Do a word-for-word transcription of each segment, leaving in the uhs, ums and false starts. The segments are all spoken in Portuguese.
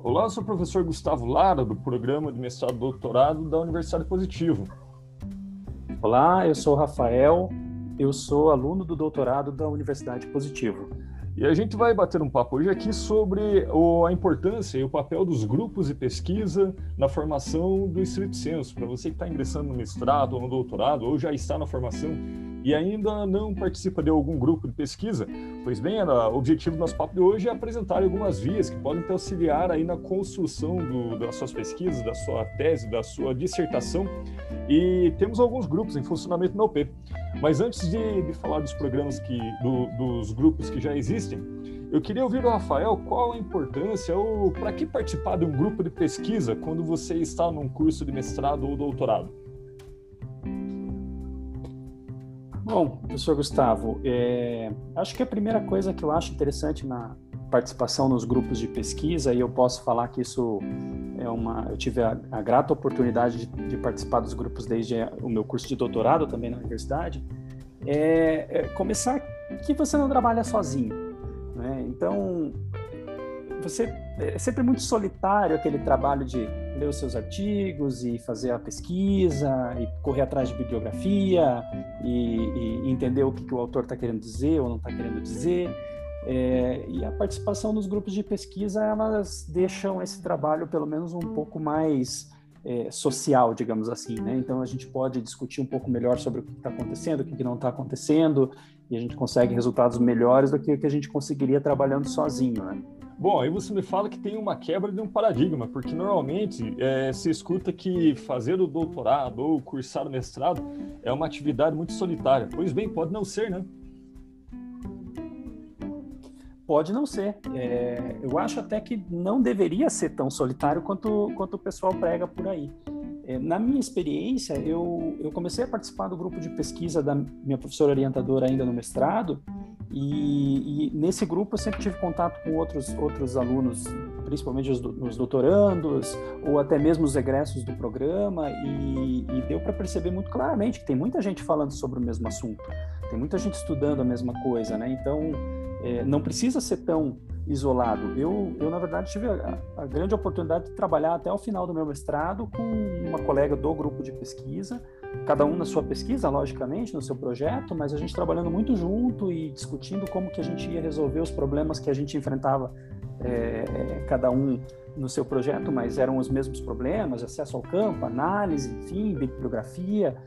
Olá, eu sou o professor Gustavo Lara, do Programa de Mestrado e Doutorado da Universidade Positivo. Olá, eu sou o Rafael, eu sou aluno do doutorado da Universidade Positivo. E a gente vai bater um papo hoje aqui sobre o, a importância e o papel dos grupos de pesquisa na formação do estrito sensu. Para você que está ingressando no mestrado ou no doutorado, ou já está na formação e ainda não participa de algum grupo de pesquisa, pois bem, o objetivo do nosso papo de hoje é apresentar algumas vias que podem te auxiliar aí na construção do, das suas pesquisas, da sua tese, da sua dissertação. E temos alguns grupos em funcionamento na U P. Mas antes de, de falar dos programas, que, do, dos grupos que já existem, eu queria ouvir do Rafael qual a importância ou para que participar de um grupo de pesquisa quando você está num curso de mestrado ou doutorado? Bom, professor Gustavo, é, acho que a primeira coisa que eu acho interessante na participação nos grupos de pesquisa, e eu posso falar que isso é uma... Eu tive a, a grata oportunidade de, de participar dos grupos desde o meu curso de doutorado também na universidade, é, é começar que você não trabalha sozinho, né? Então, você é sempre muito solitário aquele trabalho de ler os seus artigos e fazer a pesquisa e correr atrás de bibliografia e, e entender o que, que o autor está querendo dizer ou não está querendo dizer. É, e a participação nos grupos de pesquisa, elas deixam esse trabalho pelo menos um pouco mais é, social, digamos assim, né? Então a gente pode discutir um pouco melhor sobre o que está acontecendo, o que, que não está acontecendo, e a gente consegue resultados melhores do que o que a gente conseguiria trabalhando sozinho, né? Bom, aí você me fala que tem uma quebra de um paradigma, porque normalmente é, se escuta que fazer o doutorado ou cursar o mestrado é uma atividade muito solitária. Pois bem, pode não ser, né? Pode não ser. É, eu acho até que não deveria ser tão solitário quanto, quanto o pessoal prega por aí. É, na minha experiência, eu, eu comecei a participar do grupo de pesquisa da minha professora orientadora ainda no mestrado, e, e nesse grupo eu sempre tive contato com outros, outros alunos, principalmente os, os doutorandos, ou até mesmo os egressos do programa, e, e deu para perceber muito claramente que tem muita gente falando sobre o mesmo assunto, tem muita gente estudando a mesma coisa, né? Então, é, não precisa ser tão isolado. Eu, eu na verdade, tive a, a grande oportunidade de trabalhar até o final do meu mestrado com uma colega do grupo de pesquisa, cada um na sua pesquisa, logicamente, no seu projeto, mas a gente trabalhando muito junto e discutindo como que a gente ia resolver os problemas que a gente enfrentava, é, cada um no seu projeto, mas eram os mesmos problemas, acesso ao campo, análise, enfim, bibliografia.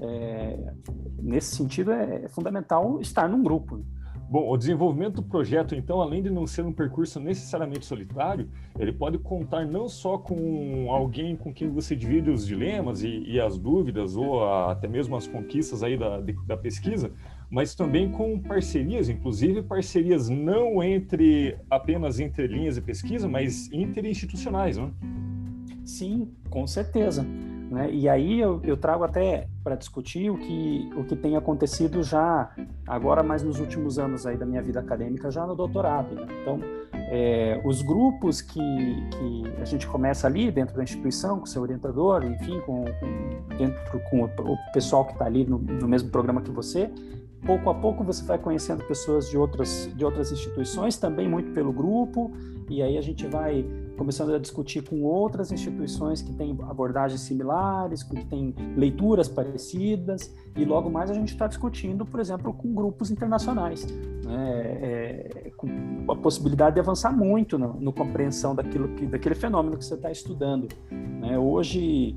É, nesse sentido, é, é fundamental estar num grupo. Bom, o desenvolvimento do projeto, então, além de não ser um percurso necessariamente solitário, ele pode contar não só com alguém com quem você divide os dilemas e, e as dúvidas, ou a, até mesmo as conquistas aí da, de, da pesquisa, mas também com parcerias, inclusive parcerias não entre apenas entre linhas de pesquisa, mas interinstitucionais, não? Sim, com certeza. Né? E aí eu, eu trago até para discutir o que, o que tem acontecido já, agora mais nos últimos anos aí da minha vida acadêmica, já no doutorado. Né? Então, é, os grupos que, que a gente começa ali dentro da instituição, com o seu orientador, enfim, com, com, dentro, com o, o pessoal que está ali no, no mesmo programa que você, pouco a pouco você vai conhecendo pessoas de outras, de outras instituições, também muito pelo grupo, e aí a gente vai começando a discutir com outras instituições que têm abordagens similares, que têm leituras parecidas, e logo mais a gente está discutindo, por exemplo, com grupos internacionais, né? É, com a possibilidade de avançar muito no, no compreensão daquilo que, daquele fenômeno que você está estudando. Né? Hoje,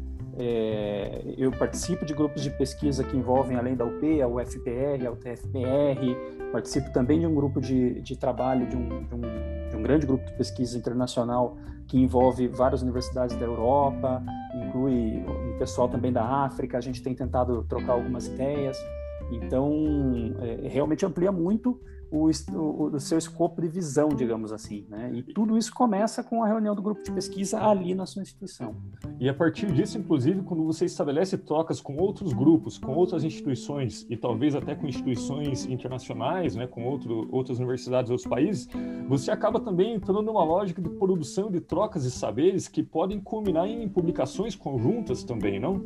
é, eu participo de grupos de pesquisa que envolvem, além da U P, a U F P R, a U T F P R, participo também de um grupo de, de trabalho, de um, de um de um grande grupo de pesquisa internacional que envolve várias universidades da Europa, inclui um pessoal também da África. A gente tem tentado trocar algumas ideias, então é, realmente amplia muito o, o, o seu escopo de visão, digamos assim, né? E tudo isso começa com a reunião do grupo de pesquisa ali na sua instituição. E a partir disso, inclusive, quando você estabelece trocas com outros grupos, com outras instituições e talvez até com instituições internacionais, né, com outro, outras universidades de outros países, você acaba também entrando numa lógica de produção de trocas de saberes que podem culminar em publicações conjuntas também, não?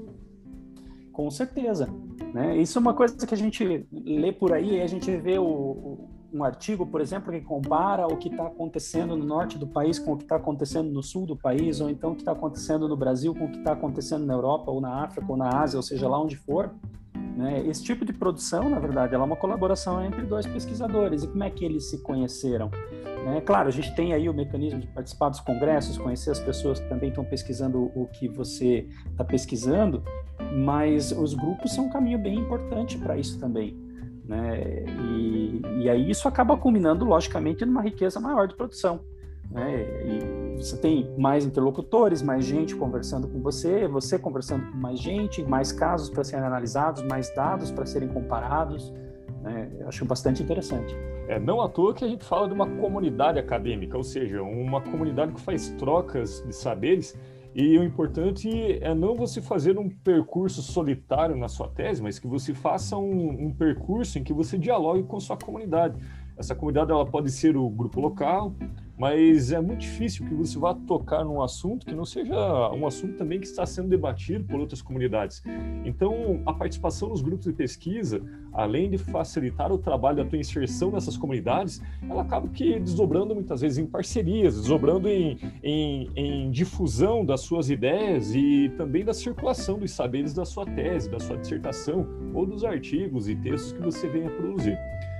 Com certeza. Né? Isso é uma coisa que a gente lê por aí, e a gente vê o, o um artigo, por exemplo, que compara o que está acontecendo no norte do país com o que está acontecendo no sul do país, ou então o que está acontecendo no Brasil com o que está acontecendo na Europa, ou na África, ou na Ásia, ou seja, lá onde for, né? Esse tipo de produção, na verdade, ela é uma colaboração entre dois pesquisadores. E como é que eles se conheceram? É, claro, a gente tem aí o mecanismo de participar dos congressos, conhecer as pessoas que também estão pesquisando o que você está pesquisando, mas os grupos são um caminho bem importante para isso também, né? E, e aí isso acaba culminando, logicamente, numa riqueza maior de produção, né? E você tem mais interlocutores, mais gente conversando com você, você conversando com mais gente, mais casos para serem analisados, mais dados para serem comparados, né? Eu acho bastante interessante. É, não à toa que a gente fala de uma comunidade acadêmica, ou seja, uma comunidade que faz trocas de saberes, e o importante é não você fazer um percurso solitário na sua tese, mas que você faça um, um percurso em que você dialogue com sua comunidade. Essa comunidade ela pode ser o grupo local, mas é muito difícil que você vá tocar num assunto que não seja um assunto também que está sendo debatido por outras comunidades. Então, a participação nos grupos de pesquisa, além de facilitar o trabalho da tua inserção nessas comunidades, ela acaba que desdobrando muitas vezes em parcerias, desdobrando em, em, em difusão das suas ideias e também da circulação dos saberes da sua tese, da sua dissertação ou dos artigos e textos que você venha produzir.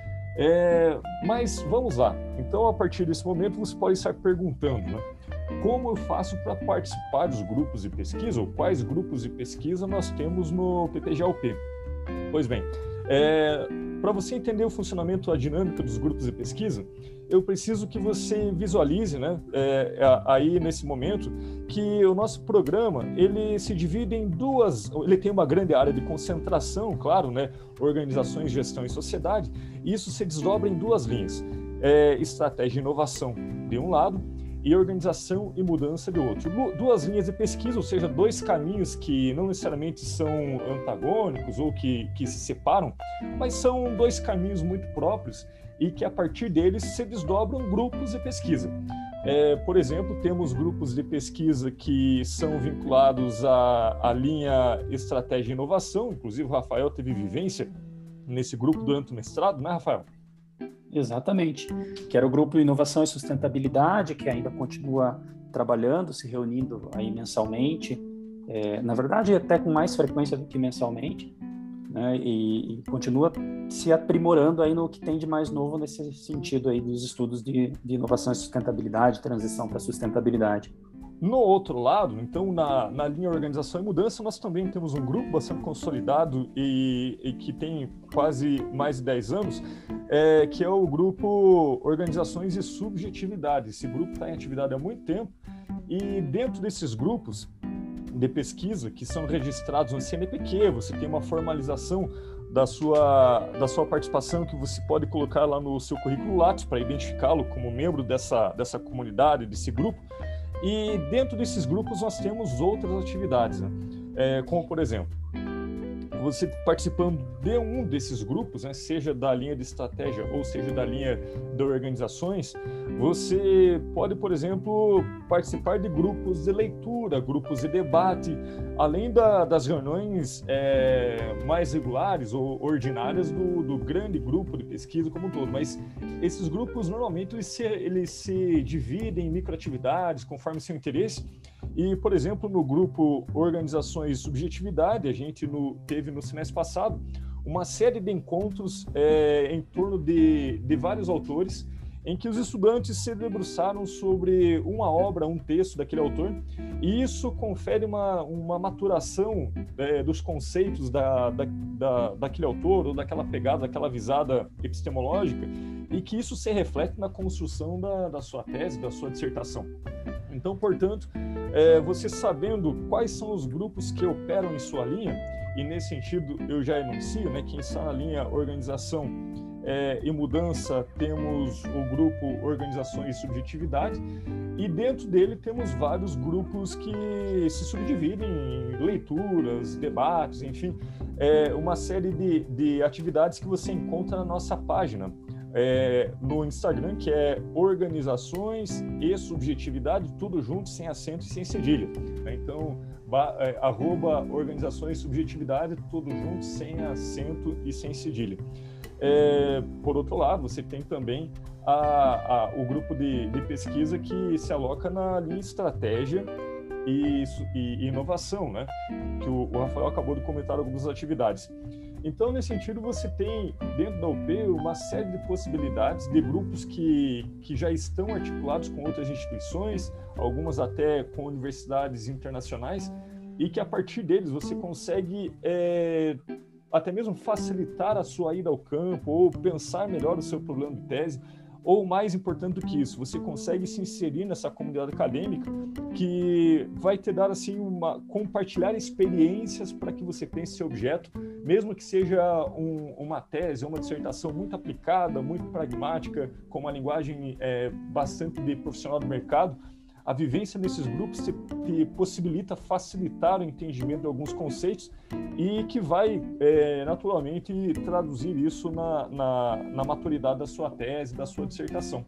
É, mas vamos lá, então a partir desse momento você pode estar perguntando, né? Como eu faço para participar dos grupos de pesquisa, ou quais grupos de pesquisa nós temos no P P G A U P? Pois bem, é, para você entender o funcionamento, a dinâmica dos grupos de pesquisa, eu preciso que você visualize, né, é, aí nesse momento, que o nosso programa, ele se divide em duas, ele tem uma grande área de concentração, claro, né, organizações, gestão e sociedade, e isso se desdobra em duas linhas, é, estratégia e inovação de um lado, e organização e mudança de outro. Duas linhas de pesquisa, ou seja, dois caminhos que não necessariamente são antagônicos ou que, que se separam, mas são dois caminhos muito próprios e que a partir deles se desdobram grupos de pesquisa. É, por exemplo, temos grupos de pesquisa que são vinculados à, à linha estratégia e inovação, inclusive o Rafael teve vivência nesse grupo durante o mestrado, né, Rafael? Exatamente, que era o grupo Inovação e Sustentabilidade, que ainda continua trabalhando, se reunindo aí mensalmente, é, na verdade até com mais frequência do que mensalmente, né, e, e continua se aprimorando aí no que tem de mais novo nesse sentido aí dos estudos de, de inovação e sustentabilidade, transição para sustentabilidade. No outro lado, então, na, na linha Organização e Mudança, nós também temos um grupo bastante consolidado e, e que tem quase mais de dez anos, é, que é o grupo Organizações e Subjetividade. Esse grupo está em atividade há muito tempo e dentro desses grupos de pesquisa que são registrados no C N P Q, você tem uma formalização da sua, da sua participação que você pode colocar lá no seu currículo Lattes para identificá-lo como membro dessa, dessa comunidade, desse grupo. E dentro desses grupos nós temos outras atividades, né? É, como por exemplo, você participando de um desses grupos, né, seja da linha de estratégia ou seja da linha de organizações, você pode, por exemplo, participar de grupos de leitura, grupos de debate, além da, das reuniões é, mais regulares ou ordinárias do, do grande grupo de pesquisa como um todo. Mas esses grupos, normalmente, eles se, eles se dividem em microatividades conforme seu interesse. E, por exemplo, no grupo Organizações e Subjetividade, a gente no, teve no semestre passado uma série de encontros é, em torno de, de vários autores, em que os estudantes se debruçaram sobre uma obra, um texto daquele autor, e isso confere uma, uma maturação é, dos conceitos da, da, da, daquele autor, ou daquela pegada, daquela visada epistemológica, e que isso se reflete na construção da, da sua tese, da sua dissertação. Então, portanto, é, você sabendo quais são os grupos que operam em sua linha, e nesse sentido eu já enuncio, né, quem está na linha organização é, e mudança, temos o grupo Organizações e Subjetividade, e dentro dele temos vários grupos que se subdividem em leituras, debates, enfim, é, uma série de, de atividades que você encontra na nossa página. É, no Instagram, que é Organizações e Subjetividade, tudo junto, sem acento e sem cedilha. Então, ba, é, arroba Organizações e Subjetividade, tudo junto, sem acento e sem cedilha. É, por outro lado, você tem também a, a, o grupo de, de pesquisa que se aloca na linha estratégia e, e inovação, né? Que o, o Rafael acabou de comentar algumas atividades. Então, nesse sentido, você tem dentro da U P uma série de possibilidades de grupos que, que já estão articulados com outras instituições, algumas até com universidades internacionais, e que a partir deles você consegue é, até mesmo facilitar a sua ida ao campo ou pensar melhor o seu problema de tese, ou mais importante do que isso, você consegue se inserir nessa comunidade acadêmica que vai te dar assim uma compartilhar experiências para que você pense seu objeto, mesmo que seja um, uma tese, uma dissertação muito aplicada, muito pragmática, com uma linguagem é, bastante de profissional do mercado. A vivência nesses grupos te, te possibilita facilitar o entendimento de alguns conceitos e que vai, é, naturalmente, traduzir isso na, na, na maturidade da sua tese, da sua dissertação.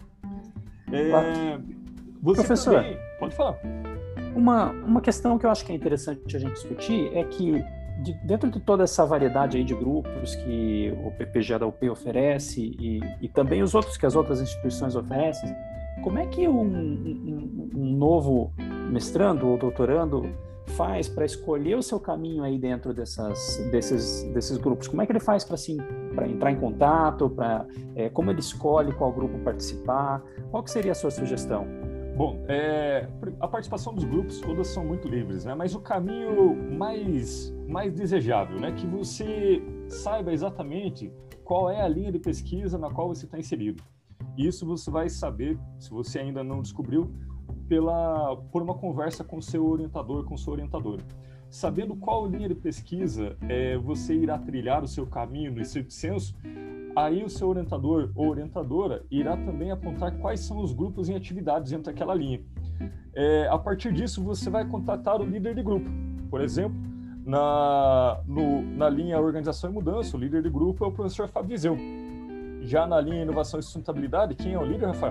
É, você Professor, também, pode falar. Uma, uma questão que eu acho que é interessante a gente discutir é que, de, dentro de toda essa variedade aí de grupos que o P P G da U P oferece e, e também os outros que as outras instituições oferecem, como é que um, um, um novo mestrando ou doutorando faz para escolher o seu caminho aí dentro dessas, desses, desses grupos? Como é que ele faz para assim, para entrar em contato, para é, como ele escolhe qual grupo participar? Qual que seria a sua sugestão? Bom, é, a participação dos grupos todas são muito livres, né? Mas o caminho mais, mais desejável, né? Que você saiba exatamente qual é a linha de pesquisa na qual você está inserido. Isso você vai saber, se você ainda não descobriu, pela, por uma conversa com seu orientador, com sua orientadora. Sabendo qual linha de pesquisa é, você irá trilhar o seu caminho no estrito senso, aí o seu orientador ou orientadora irá também apontar quais são os grupos em atividades dentro daquela linha. É, a partir disso, você vai contatar o líder de grupo. Por exemplo, na, no, na linha Organização e Mudança, o líder de grupo é o professor Fábio Viseu. Já na linha Inovação e Sustentabilidade, quem é o líder, Rafael?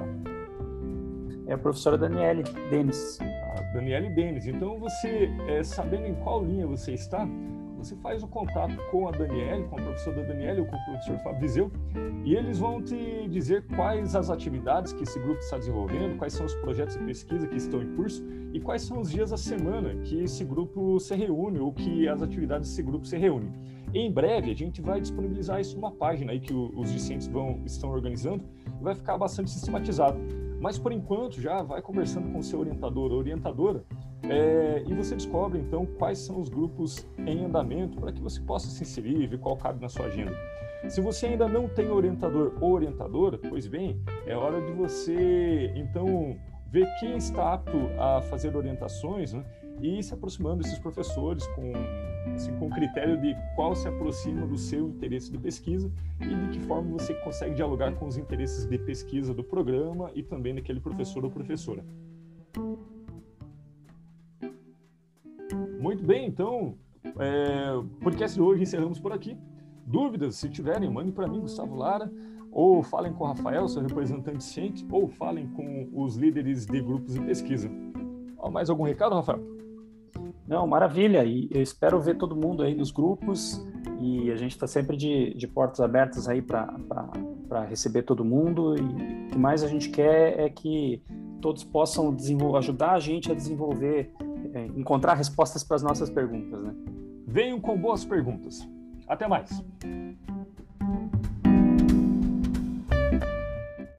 É a professora Daniele Denis. A Daniele Denis. Então, você, é, sabendo em qual linha você está, você faz o contato com a Daniele, com a professora Daniele ou com o professor Fábio Viseu, e eles vão te dizer quais as atividades que esse grupo está desenvolvendo, quais são os projetos de pesquisa que estão em curso e quais são os dias da semana que esse grupo se reúne ou que as atividades desse grupo se reúnem. Em breve, a gente vai disponibilizar isso numa página aí que os discentes vão, estão organizando e vai ficar bastante sistematizado. Mas, por enquanto, já vai conversando com o seu orientador ou orientadora é, e você descobre, então, quais são os grupos em andamento para que você possa se inserir e ver qual cabe na sua agenda. Se você ainda não tem orientador ou orientadora, pois bem, é hora de você, então, ver quem está apto a fazer orientações, né, e se aproximando desses professores com, assim, com critério de qual se aproxima do seu interesse de pesquisa e de que forma você consegue dialogar com os interesses de pesquisa do programa e também daquele professor ou professora. Muito bem, então, é, o podcast de hoje encerramos por aqui. Dúvidas, se tiverem, mandem para mim, Gustavo Lara, ou falem com o Rafael, seu representante ciente, ou falem com os líderes de grupos de pesquisa. Mais algum recado, Rafael? Não, maravilha, e eu espero ver todo mundo aí nos grupos, e a gente está sempre de, de portas abertas aí para receber todo mundo, e o que mais a gente quer é que todos possam ajudar a gente a desenvolver, é, encontrar respostas para as nossas perguntas, né? Venham com boas perguntas. Até mais!